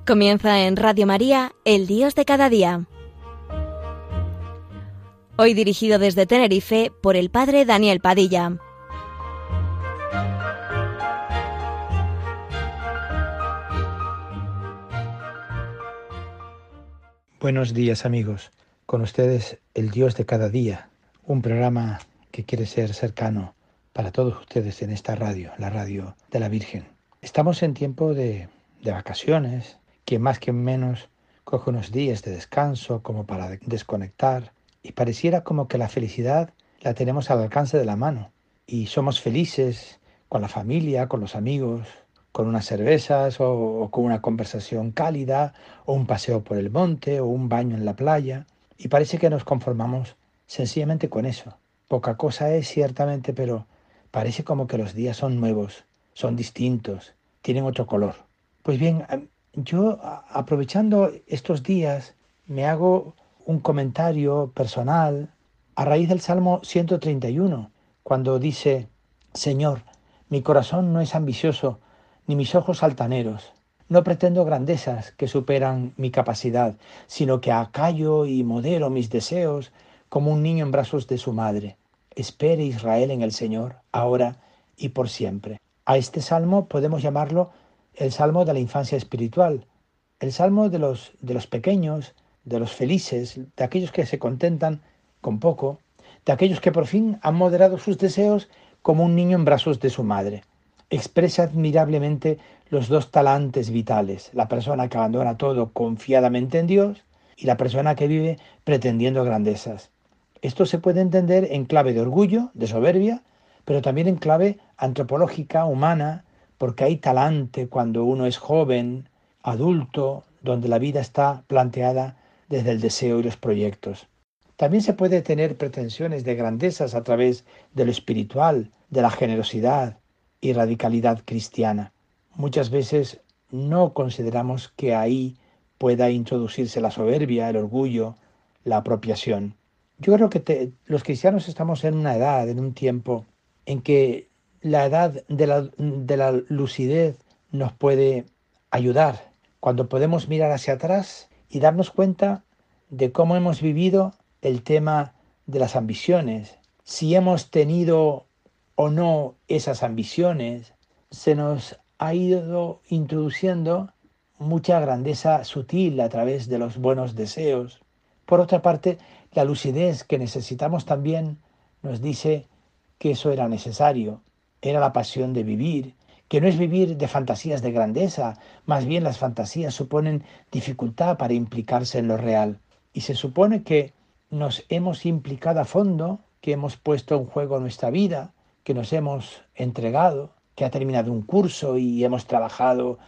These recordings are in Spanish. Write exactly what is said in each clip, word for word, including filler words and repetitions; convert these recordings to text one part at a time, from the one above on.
Comienza en Radio María, El Dios de cada día. Hoy dirigido desde Tenerife por el Padre Daniel Padilla. Buenos días, amigos. Con ustedes, El Dios de cada día, un programa que quiere ser cercano para todos ustedes en esta radio, la radio de la Virgen. Estamos en tiempo de, de vacaciones. Quien más, quien menos, coge unos días de descanso como para desconectar, y pareciera como que la felicidad la tenemos al alcance de la mano y somos felices con la familia, con los amigos, con unas cervezas o, o con una conversación cálida o un paseo por el monte o un baño en la playa, y parece que nos conformamos sencillamente con eso. Poca cosa es ciertamente, pero parece como que los días son nuevos, son distintos, tienen otro color. Pues bien, yo, aprovechando estos días, me hago un comentario personal a raíz del Salmo ciento treinta y uno, cuando dice: Señor, mi corazón no es ambicioso, ni mis ojos altaneros. No pretendo grandezas que superan mi capacidad, sino que acallo y modero mis deseos como un niño en brazos de su madre. Espere Israel en el Señor, ahora y por siempre. A este salmo podemos llamarlo el salmo de la infancia espiritual, el salmo de los, de los pequeños, de los felices, de aquellos que se contentan con poco, de aquellos que por fin han moderado sus deseos como un niño en brazos de su madre. Expresa admirablemente los dos talantes vitales, la persona que abandona todo confiadamente en Dios y la persona que vive pretendiendo grandezas. Esto se puede entender en clave de orgullo, de soberbia, pero también en clave antropológica, humana, porque hay talante cuando uno es joven, adulto, donde la vida está planteada desde el deseo y los proyectos. También se puede tener pretensiones de grandezas a través de lo espiritual, de la generosidad y radicalidad cristiana. Muchas veces no consideramos que ahí pueda introducirse la soberbia, el orgullo, la apropiación. Yo creo que te, los cristianos estamos en una edad, en un tiempo, en que la edad de la, de la lucidez nos puede ayudar, cuando podemos mirar hacia atrás y darnos cuenta de cómo hemos vivido el tema de las ambiciones, si hemos tenido o no esas ambiciones. Se nos ha ido introduciendo mucha grandeza sutil a través de los buenos deseos. Por otra parte, la lucidez que necesitamos también nos dice que eso era necesario, era la pasión de vivir, que no es vivir de fantasías de grandeza, más bien las fantasías suponen dificultad para implicarse en lo real. Y se supone que nos hemos implicado a fondo, que hemos puesto en juego nuestra vida, que nos hemos entregado, que ha terminado un curso y hemos trabajado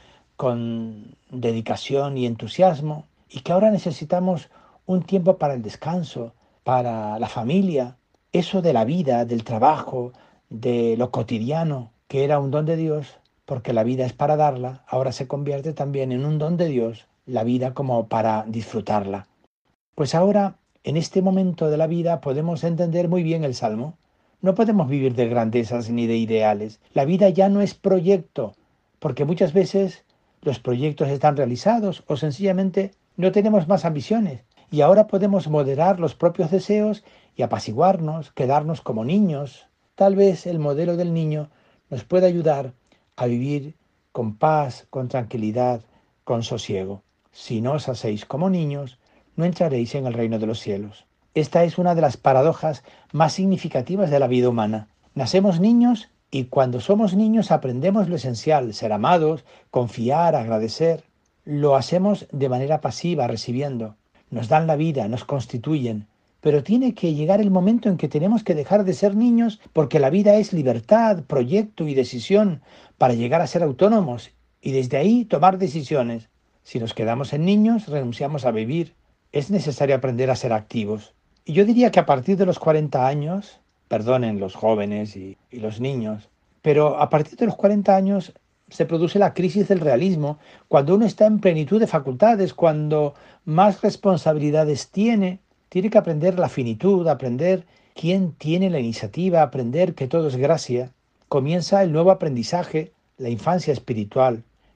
con dedicación y entusiasmo, y que ahora necesitamos un tiempo para el descanso, para la familia. Eso de la vida, del trabajo, de lo cotidiano, que era un don de Dios, porque la vida es para darla, ahora se convierte también en un don de Dios, la vida como para disfrutarla. Pues ahora, en este momento de la vida, podemos entender muy bien el Salmo. No podemos vivir de grandezas ni de ideales. La vida ya no es proyecto, porque muchas veces los proyectos están realizados o sencillamente no tenemos más ambiciones. Y ahora podemos moderar los propios deseos y apaciguarnos, quedarnos como niños. Tal vez el modelo del niño nos pueda ayudar a vivir con paz, con tranquilidad, con sosiego. Si no os hacéis como niños, no entraréis en el reino de los cielos. Esta es una de las paradojas más significativas de la vida humana. Nacemos niños y cuando somos niños aprendemos lo esencial: ser amados, confiar, agradecer. Lo hacemos de manera pasiva, recibiendo. Nos dan la vida, nos constituyen. Pero tiene que llegar el momento en que tenemos que dejar de ser niños, porque la vida es libertad, proyecto y decisión para llegar a ser autónomos y desde ahí tomar decisiones. Si nos quedamos en niños, renunciamos a vivir. Es necesario aprender a ser activos. Y yo diría que a partir de los cuarenta años, perdonen los jóvenes y, y los niños, pero a partir de los cuarenta años se produce la crisis del realismo, cuando uno está en plenitud de facultades, cuando más responsabilidades tiene. Tiene que aprender la finitud, aprender quién tiene la iniciativa, aprender que todo es gracia. Comienza el nuevo aprendizaje, la infancia espiritual.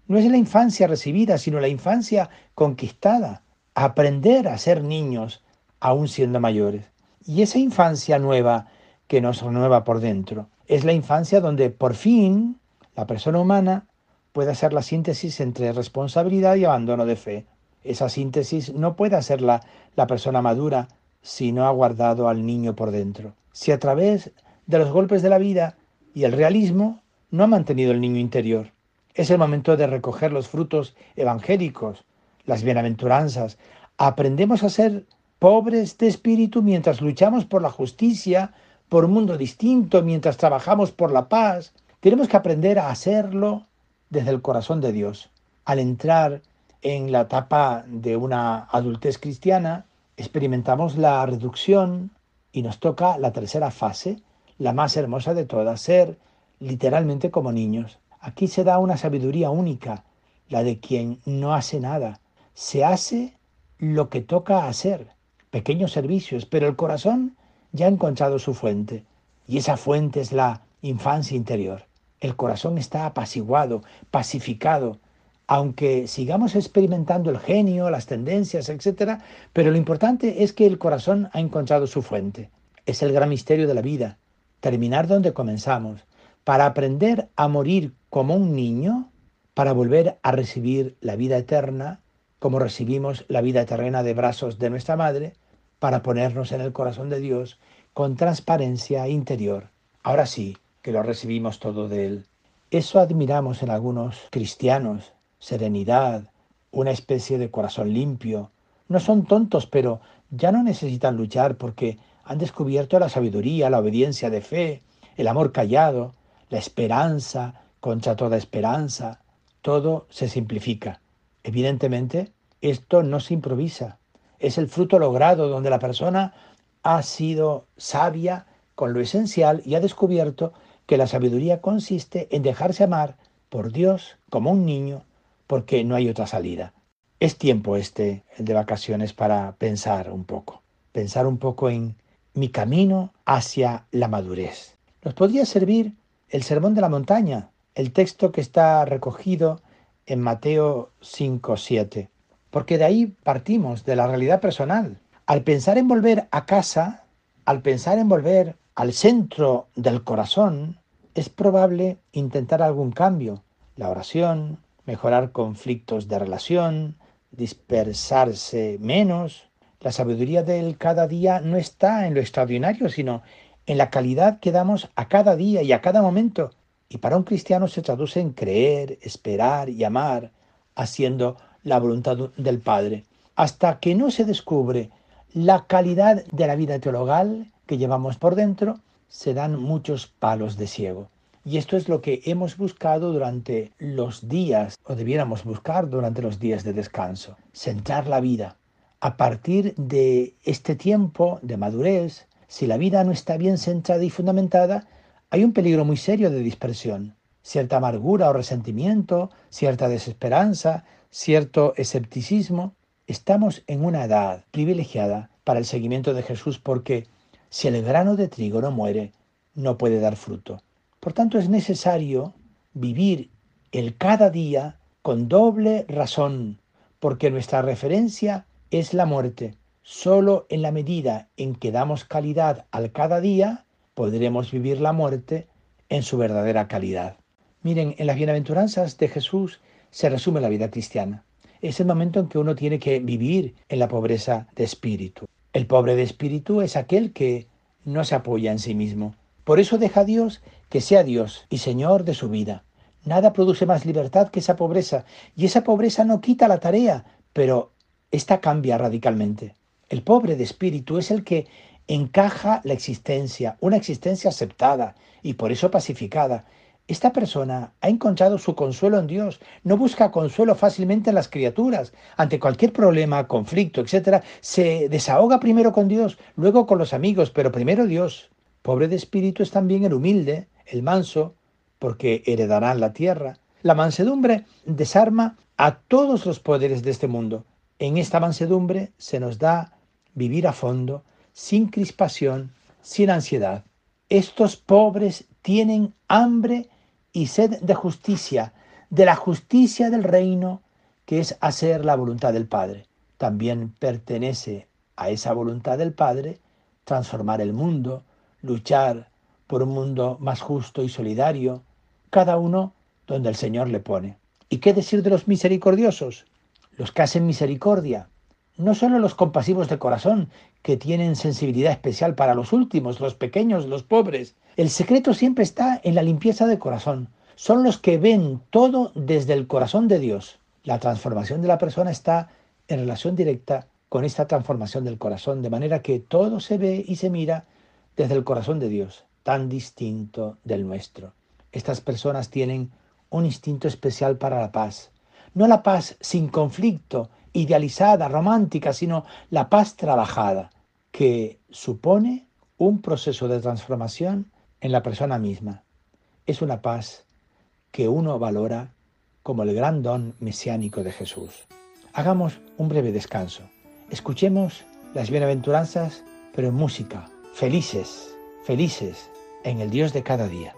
No es la infancia recibida, sino la infancia conquistada. Aprender a ser niños aún siendo mayores. Y esa infancia nueva que nos renueva por dentro es la infancia donde por fin la persona humana puede hacer la síntesis entre responsabilidad y abandono de fe. Esa síntesis no puede hacerla la persona madura si no ha guardado al niño por dentro. Si a través de los golpes de la vida y el realismo no ha mantenido el niño interior. Es el momento de recoger los frutos evangélicos, las bienaventuranzas. Aprendemos a ser pobres de espíritu mientras luchamos por la justicia, por un mundo distinto, mientras trabajamos por la paz. Tenemos que aprender a hacerlo desde el corazón de Dios. Al entrar en la etapa de una adultez cristiana, experimentamos la reducción y nos toca la tercera fase, la más hermosa de todas, ser literalmente como niños. Aquí se da una sabiduría única, la de quien no hace nada. Se hace lo que toca hacer, pequeños servicios, pero el corazón ya ha encontrado su fuente. Y esa fuente es la infancia interior. El corazón está apaciguado, pacificado, aunque sigamos experimentando el genio, las tendencias, etcétera, pero lo importante es que el corazón ha encontrado su fuente. Es el gran misterio de la vida, terminar donde comenzamos, para aprender a morir como un niño, para volver a recibir la vida eterna, como recibimos la vida terrena de brazos de nuestra madre, para ponernos en el corazón de Dios con transparencia interior. Ahora sí, que lo recibimos todo de Él. Eso admiramos en algunos cristianos, serenidad, una especie de corazón limpio. No son tontos, pero ya no necesitan luchar porque han descubierto la sabiduría, la obediencia de fe, el amor callado, la esperanza contra toda esperanza. Todo se simplifica. Evidentemente, esto no se improvisa. Es el fruto logrado donde la persona ha sido sabia con lo esencial y ha descubierto que la sabiduría consiste en dejarse amar por Dios como un niño, porque no hay otra salida. Es tiempo este, el de vacaciones, para pensar un poco, pensar un poco en mi camino hacia la madurez. Nos podría servir el Sermón de la Montaña, el texto que está recogido en Mateo cinco siete, porque de ahí partimos, de la realidad personal. Al pensar en volver a casa, al pensar en volver al centro del corazón, es probable intentar algún cambio, la oración, mejorar conflictos de relación, dispersarse menos. La sabiduría del cada día no está en lo extraordinario, sino en la calidad que damos a cada día y a cada momento. Y para un cristiano se traduce en creer, esperar y amar, haciendo la voluntad del Padre. Hasta que no se descubre la calidad de la vida teologal que llevamos por dentro, se dan muchos palos de ciego. Y esto es lo que hemos buscado durante los días, o debiéramos buscar durante los días de descanso. Centrar la vida. A partir de este tiempo de madurez, si la vida no está bien centrada y fundamentada, hay un peligro muy serio de dispersión. Cierta amargura o resentimiento, cierta desesperanza, cierto escepticismo. Estamos en una edad privilegiada para el seguimiento de Jesús porque si el grano de trigo no muere, no puede dar fruto. Por tanto, es necesario vivir el cada día con doble razón, porque nuestra referencia es la muerte. Solo en la medida en que damos calidad al cada día, podremos vivir la muerte en su verdadera calidad. Miren, en las bienaventuranzas de Jesús se resume la vida cristiana. Es el momento en que uno tiene que vivir en la pobreza de espíritu. El pobre de espíritu es aquel que no se apoya en sí mismo. Por eso deja a Dios que sea Dios y Señor de su vida. Nada produce más libertad que esa pobreza, y esa pobreza no quita la tarea, pero esta cambia radicalmente. El pobre de espíritu es el que encaja la existencia, una existencia aceptada y por eso pacificada. Esta persona ha encontrado su consuelo en Dios, no busca consuelo fácilmente en las criaturas. Ante cualquier problema, conflicto, etcétera, se desahoga primero con Dios, luego con los amigos, pero primero Dios. Pobre de espíritu es también el humilde, el manso, porque heredarán la tierra. La mansedumbre desarma a todos los poderes de este mundo. En esta mansedumbre se nos da vivir a fondo, sin crispación, sin ansiedad. Estos pobres tienen hambre y sed de justicia, de la justicia del reino, que es hacer la voluntad del Padre. También pertenece a esa voluntad del Padre transformar el mundo, luchar por un mundo más justo y solidario, cada uno donde el Señor le pone. ¿Y qué decir de los misericordiosos? Los que hacen misericordia. No solo los compasivos de corazón, que tienen sensibilidad especial para los últimos, los pequeños, los pobres. El secreto siempre está en la limpieza de corazón. Son los que ven todo desde el corazón de Dios. La transformación de la persona está en relación directa con esta transformación del corazón, de manera que todo se ve y se mira desde el corazón de Dios, tan distinto del nuestro. Estas personas tienen un instinto especial para la paz. No la paz sin conflicto, idealizada, romántica, sino la paz trabajada, que supone un proceso de transformación en la persona misma. Es una paz que uno valora como el gran don mesiánico de Jesús. Hagamos un breve descanso. Escuchemos las bienaventuranzas, pero en música. Felices, felices en el Dios de cada día.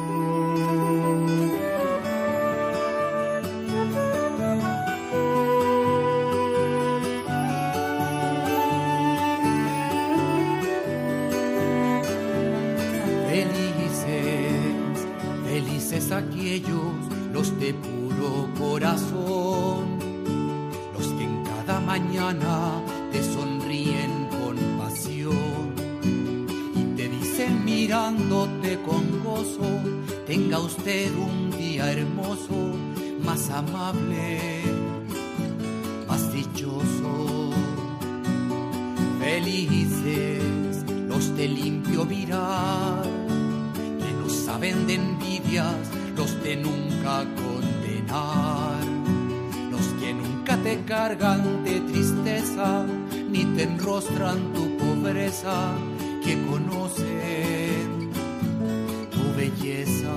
Felices, felices aquellos, los de puro corazón, los que en cada mañana te sonríen con pasión y te dicen mirándote con gozo, tenga usted un día hermoso, más amable, más dichoso. Felices los de limpio mirar, que no saben de envidias, los de nunca condenar, los que nunca te cargan de tristeza, ni te enrostran tu pobreza, que conocen tu belleza.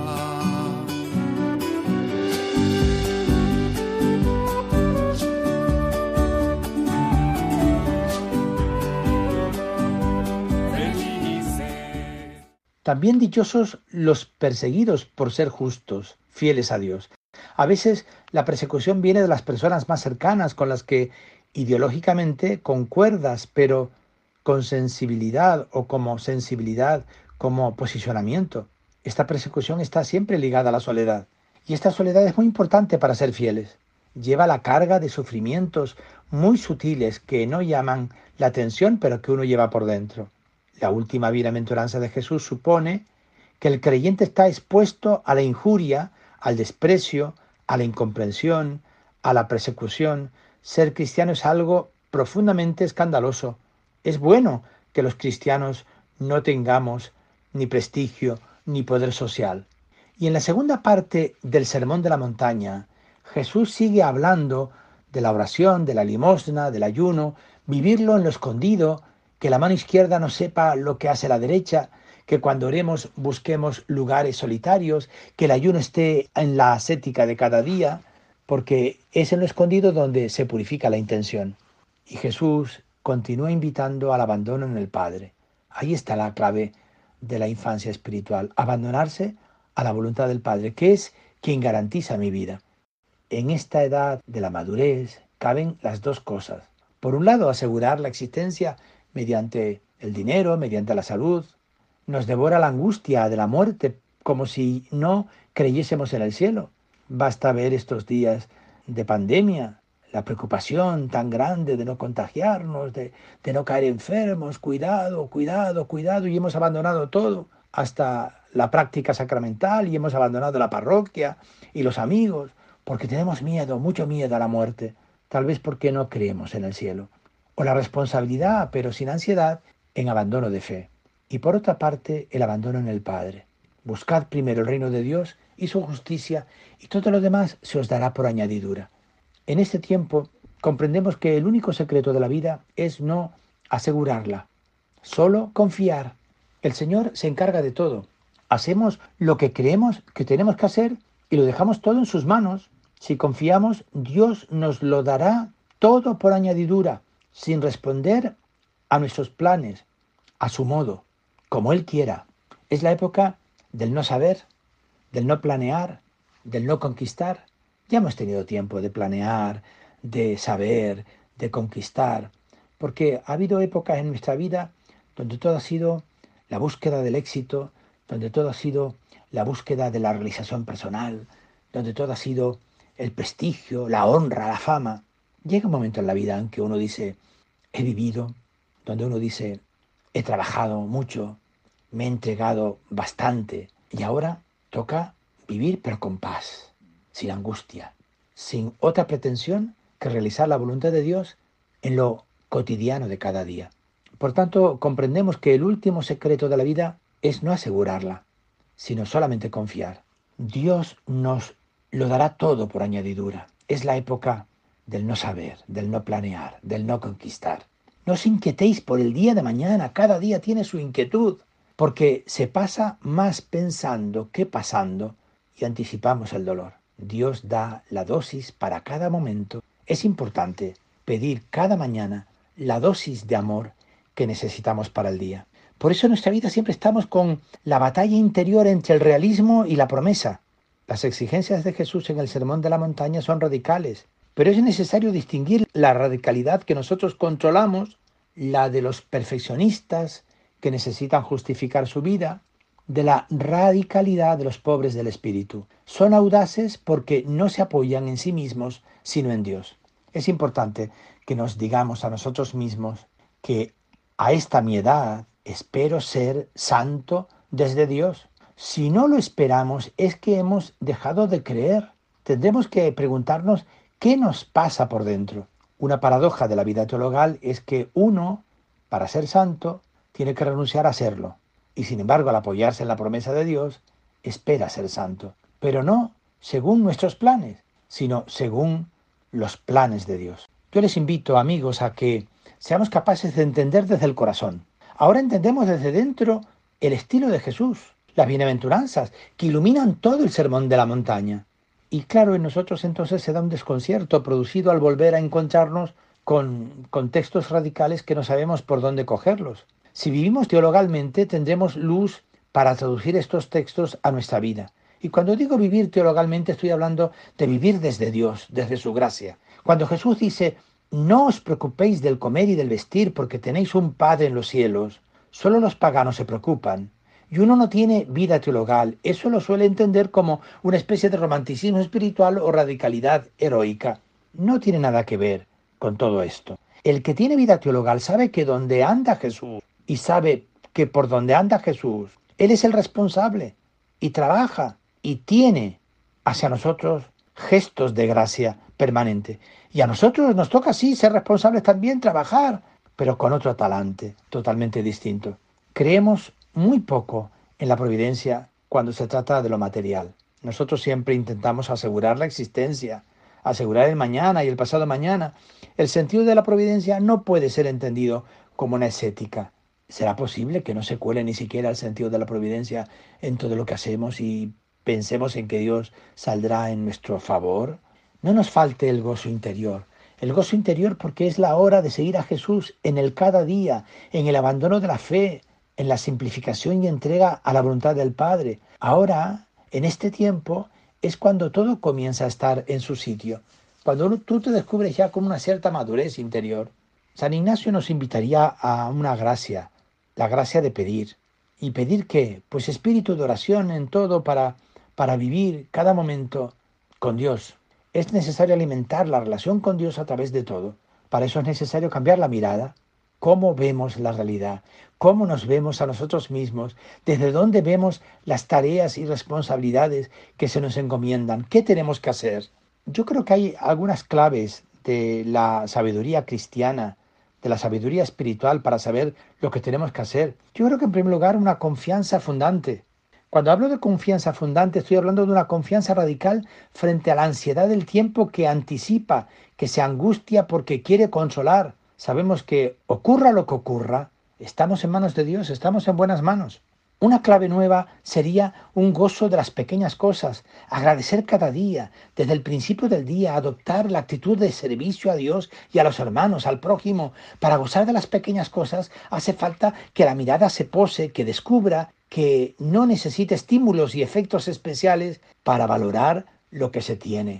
También dichosos los perseguidos por ser justos, fieles a Dios. A veces la persecución viene de las personas más cercanas con las que ideológicamente concuerdas, pero con sensibilidad o como sensibilidad, como posicionamiento. Esta persecución está siempre ligada a la soledad. Y esta soledad es muy importante para ser fieles. Lleva la carga de sufrimientos muy sutiles que no llaman la atención, pero que uno lleva por dentro. La última bienaventuranza de Jesús supone que el creyente está expuesto a la injuria, al desprecio, a la incomprensión, a la persecución. Ser cristiano es algo profundamente escandaloso. Es bueno que los cristianos no tengamos ni prestigio ni poder social. Y en la segunda parte del Sermón de la Montaña, Jesús sigue hablando de la oración, de la limosna, del ayuno, vivirlo en lo escondido, que la mano izquierda no sepa lo que hace la derecha, que cuando oremos busquemos lugares solitarios, que el ayuno esté en la ascética de cada día, porque es en lo escondido donde se purifica la intención. Y Jesús continúa invitando al abandono en el Padre. Ahí está la clave de la infancia espiritual, abandonarse a la voluntad del Padre, que es quien garantiza mi vida. En esta edad de la madurez caben las dos cosas. Por un lado, asegurar la existencia mediante el dinero, mediante la salud. Nos devora la angustia de la muerte, como si no creyésemos en el cielo. Basta ver estos días de pandemia, la preocupación tan grande de no contagiarnos, de, de no caer enfermos, cuidado, cuidado, cuidado, y hemos abandonado todo, hasta la práctica sacramental, y hemos abandonado la parroquia y los amigos, porque tenemos miedo, mucho miedo a la muerte, tal vez porque no creemos en el cielo. O la responsabilidad, pero sin ansiedad, en abandono de fe. Y por otra parte, el abandono en el Padre. Buscad primero el reino de Dios y su justicia, y todo lo demás se os dará por añadidura. En este tiempo comprendemos que el único secreto de la vida es no asegurarla, solo confiar. El Señor se encarga de todo. Hacemos lo que creemos que tenemos que hacer y lo dejamos todo en sus manos. Si confiamos, Dios nos lo dará todo por añadidura, sin responder a nuestros planes, a su modo, como Él quiera. Es la época del no saber, del no planear, del no conquistar. Ya hemos tenido tiempo de planear, de saber, de conquistar, porque ha habido épocas en nuestra vida donde todo ha sido la búsqueda del éxito, donde todo ha sido la búsqueda de la realización personal, donde todo ha sido el prestigio, la honra, la fama. Llega un momento en la vida en que uno dice, he vivido, donde uno dice, he trabajado mucho, me he entregado bastante y ahora toca vivir pero con paz, sin angustia, sin otra pretensión que realizar la voluntad de Dios en lo cotidiano de cada día. Por tanto, comprendemos que el último secreto de la vida es no asegurarla, sino solamente confiar. Dios nos lo dará todo por añadidura. Es la época del no saber, del no planear, del no conquistar. No os inquietéis por el día de mañana, cada día tiene su inquietud, porque se pasa más pensando que pasando y anticipamos el dolor. Dios da la dosis para cada momento. Es importante pedir cada mañana la dosis de amor que necesitamos para el día. Por eso en nuestra vida siempre estamos con la batalla interior entre el realismo y la promesa. Las exigencias de Jesús en el Sermón de la Montaña son radicales, pero es necesario distinguir la radicalidad que nosotros controlamos, la de los perfeccionistas que necesitan justificar su vida, de la radicalidad de los pobres del espíritu. Son audaces porque no se apoyan en sí mismos, sino en Dios. Es importante que nos digamos a nosotros mismos que a esta mi edad espero ser santo desde Dios. Si no lo esperamos es que hemos dejado de creer. Tendremos que preguntarnos qué nos pasa por dentro. Una paradoja de la vida teologal es que uno, para ser santo, tiene que renunciar a serlo. Y sin embargo, al apoyarse en la promesa de Dios, espera ser santo. Pero no según nuestros planes, sino según los planes de Dios. Yo les invito, amigos, a que seamos capaces de entender desde el corazón. Ahora entendemos desde dentro el estilo de Jesús, las bienaventuranzas, que iluminan todo el Sermón de la Montaña. Y claro, en nosotros entonces se da un desconcierto producido al volver a encontrarnos con, con textos radicales que no sabemos por dónde cogerlos. Si vivimos teologalmente, tendremos luz para traducir estos textos a nuestra vida. Y cuando digo vivir teologalmente, estoy hablando de vivir desde Dios, desde su gracia. Cuando Jesús dice, no os preocupéis del comer y del vestir, porque tenéis un Padre en los cielos, solo los paganos se preocupan. Y uno no tiene vida teologal. Eso lo suele entender como una especie de romanticismo espiritual o radicalidad heroica. No tiene nada que ver con todo esto. El que tiene vida teologal sabe que donde anda Jesús y sabe que por donde anda Jesús, Él es el responsable y trabaja y tiene hacia nosotros gestos de gracia permanente. Y a nosotros nos toca, sí, ser responsables también, trabajar, pero con otro talante totalmente distinto. Creemos muy poco en la providencia cuando se trata de lo material. Nosotros siempre intentamos asegurar la existencia, asegurar el mañana y el pasado mañana. El sentido de la providencia no puede ser entendido como una ascética. ¿Será posible que no se cuele ni siquiera el sentido de la providencia en todo lo que hacemos y pensemos en que Dios saldrá en nuestro favor? No nos falte el gozo interior. El gozo interior porque es la hora de seguir a Jesús en el cada día, en el abandono de la fe, en la simplificación y entrega a la voluntad del Padre. Ahora, en este tiempo, es cuando todo comienza a estar en su sitio. Cuando tú te descubres ya con una cierta madurez interior. San Ignacio nos invitaría a una gracia, la gracia de pedir. ¿Y pedir qué? Pues espíritu de oración en todo para, para vivir cada momento con Dios. Es necesario alimentar la relación con Dios a través de todo. Para eso es necesario cambiar la mirada. ¿Cómo vemos la realidad? ¿Cómo nos vemos a nosotros mismos? ¿Desde dónde vemos las tareas y responsabilidades que se nos encomiendan? ¿Qué tenemos que hacer? Yo creo que hay algunas claves de la sabiduría cristiana, de la sabiduría espiritual para saber lo que tenemos que hacer. Yo creo que en primer lugar una confianza fundante. Cuando hablo de confianza fundante estoy hablando de una confianza radical frente a la ansiedad del tiempo que anticipa, que se angustia porque quiere consolar. Sabemos que ocurra lo que ocurra, estamos en manos de Dios, estamos en buenas manos. Una clave nueva sería un gozo de las pequeñas cosas, agradecer cada día, desde el principio del día, adoptar la actitud de servicio a Dios y a los hermanos, al prójimo. Para gozar de las pequeñas cosas hace falta que la mirada se pose, que descubra que no necesita estímulos y efectos especiales para valorar lo que se tiene.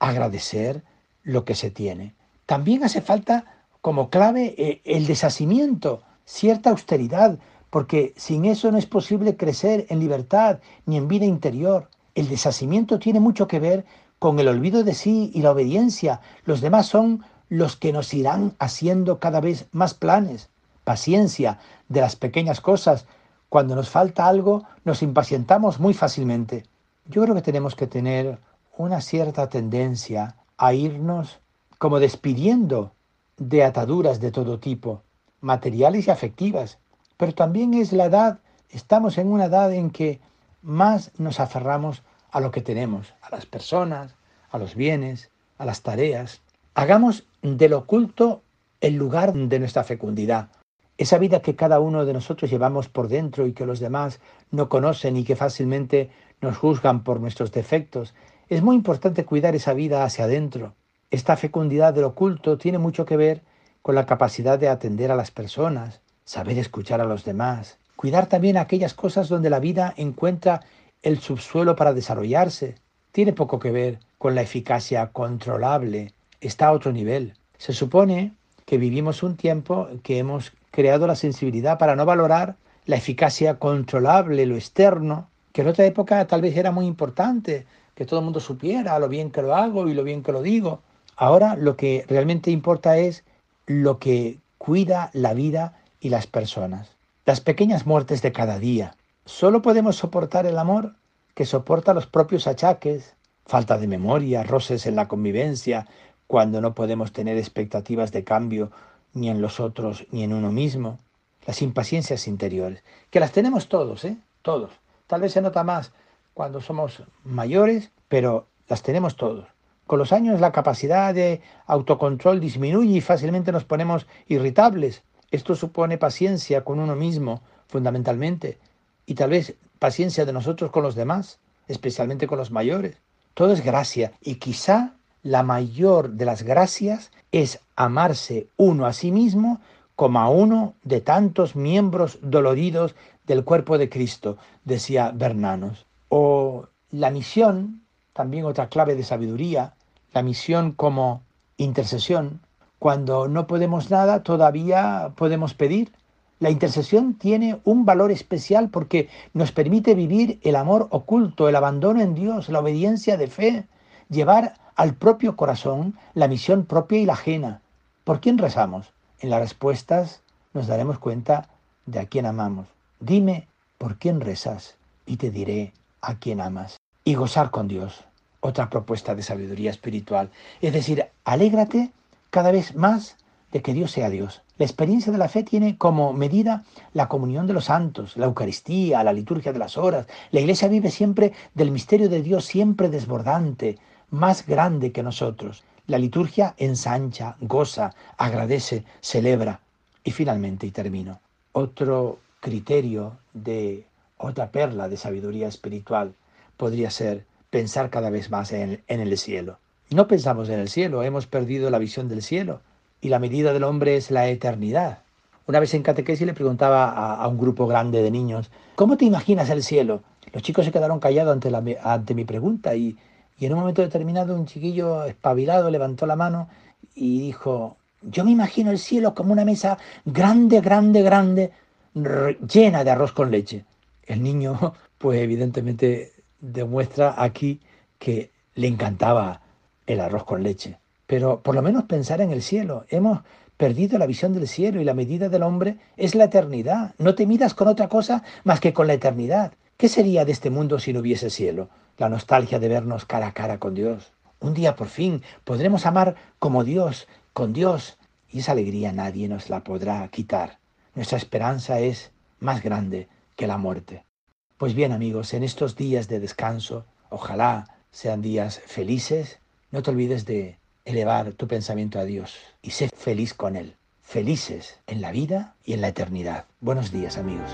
agradecer lo que se tiene. También hace falta como clave eh, el deshacimiento, cierta austeridad, porque sin eso no es posible crecer en libertad ni en vida interior. El deshacimiento tiene mucho que ver con el olvido de sí y la obediencia. Los demás son los que nos irán haciendo cada vez más planes. Paciencia de las pequeñas cosas. Cuando nos falta algo, nos impacientamos muy fácilmente. Yo creo que tenemos que tener una cierta tendencia a irnos como despidiendo de ataduras de todo tipo, materiales y afectivas. Pero también es la edad, estamos en una edad en que más nos aferramos a lo que tenemos, a las personas, a los bienes, a las tareas. Hagamos del oculto el lugar de nuestra fecundidad. Esa vida que cada uno de nosotros llevamos por dentro y que los demás no conocen y que fácilmente nos juzgan por nuestros defectos. Es muy importante cuidar esa vida hacia adentro. Esta fecundidad del oculto tiene mucho que ver con la capacidad de atender a las personas, saber escuchar a los demás, cuidar también aquellas cosas donde la vida encuentra el subsuelo para desarrollarse. Tiene poco que ver con la eficacia controlable, está a otro nivel. Se supone que vivimos un tiempo que hemos creado la sensibilidad para no valorar la eficacia controlable, lo externo, que en otra época tal vez era muy importante, que todo el mundo supiera lo bien que lo hago y lo bien que lo digo. Ahora lo que realmente importa es lo que cuida la vida y las personas. Las pequeñas muertes de cada día. Solo podemos soportar el amor que soporta los propios achaques, falta de memoria, roces en la convivencia, cuando no podemos tener expectativas de cambio ni en los otros ni en uno mismo. Las impaciencias interiores, que las tenemos todos, ¿eh? Todos. Tal vez se nota más cuando somos mayores, pero las tenemos todos. Con los años la capacidad de autocontrol disminuye y fácilmente nos ponemos irritables. Esto supone paciencia con uno mismo, fundamentalmente, y tal vez paciencia de nosotros con los demás, especialmente con los mayores. Todo es gracia, y quizá la mayor de las gracias es amarse uno a sí mismo como a uno de tantos miembros doloridos del cuerpo de Cristo, decía Bernanos. O la misión, también otra clave de sabiduría, la misión como intercesión. Cuando no podemos nada, todavía podemos pedir. La intercesión tiene un valor especial porque nos permite vivir el amor oculto, el abandono en Dios, la obediencia de fe, llevar al propio corazón la misión propia y la ajena. ¿Por quién rezamos? En las respuestas nos daremos cuenta de a quién amamos. Dime por quién rezas y te diré a quién amas. Y gozar con Dios, otra propuesta de sabiduría espiritual. Es decir, alégrate cada vez más de que Dios sea Dios. La experiencia de la fe tiene como medida la comunión de los santos, la Eucaristía, la liturgia de las horas. La Iglesia vive siempre del misterio de Dios, siempre desbordante, más grande que nosotros. La liturgia ensancha, goza, agradece, celebra. Y finalmente, y termino, otro criterio de otra perla de sabiduría espiritual podría ser pensar cada vez más en, en el cielo. No pensamos en el cielo, hemos perdido la visión del cielo y la medida del hombre es la eternidad. Una vez en catequesis le preguntaba a, a un grupo grande de niños, ¿cómo te imaginas el cielo? Los chicos se quedaron callados ante, la, ante mi pregunta y, y en un momento determinado un chiquillo espabilado levantó la mano y dijo, yo me imagino el cielo como una mesa grande, grande, grande, llena de arroz con leche. El niño, pues evidentemente demuestra aquí que le encantaba el arroz con leche. Pero por lo menos pensar en el cielo. Hemos perdido la visión del cielo y la medida del hombre es la eternidad. No te midas con otra cosa más que con la eternidad. ¿Qué sería de este mundo si no hubiese cielo? La nostalgia de vernos cara a cara con Dios. Un día por fin podremos amar como Dios, con Dios, y esa alegría nadie nos la podrá quitar. Nuestra esperanza es más grande que la muerte. Pues bien, amigos, en estos días de descanso, ojalá sean días felices. No te olvides de elevar tu pensamiento a Dios y sé feliz con Él. Felices en la vida y en la eternidad. Buenos días, amigos.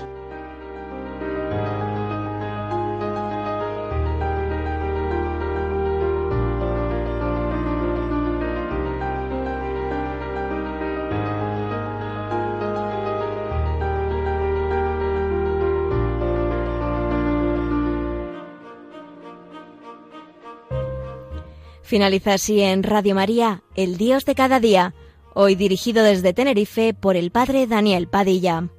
Finaliza así en Radio María, El Dios de cada día, hoy dirigido desde Tenerife por el padre Daniel Padilla.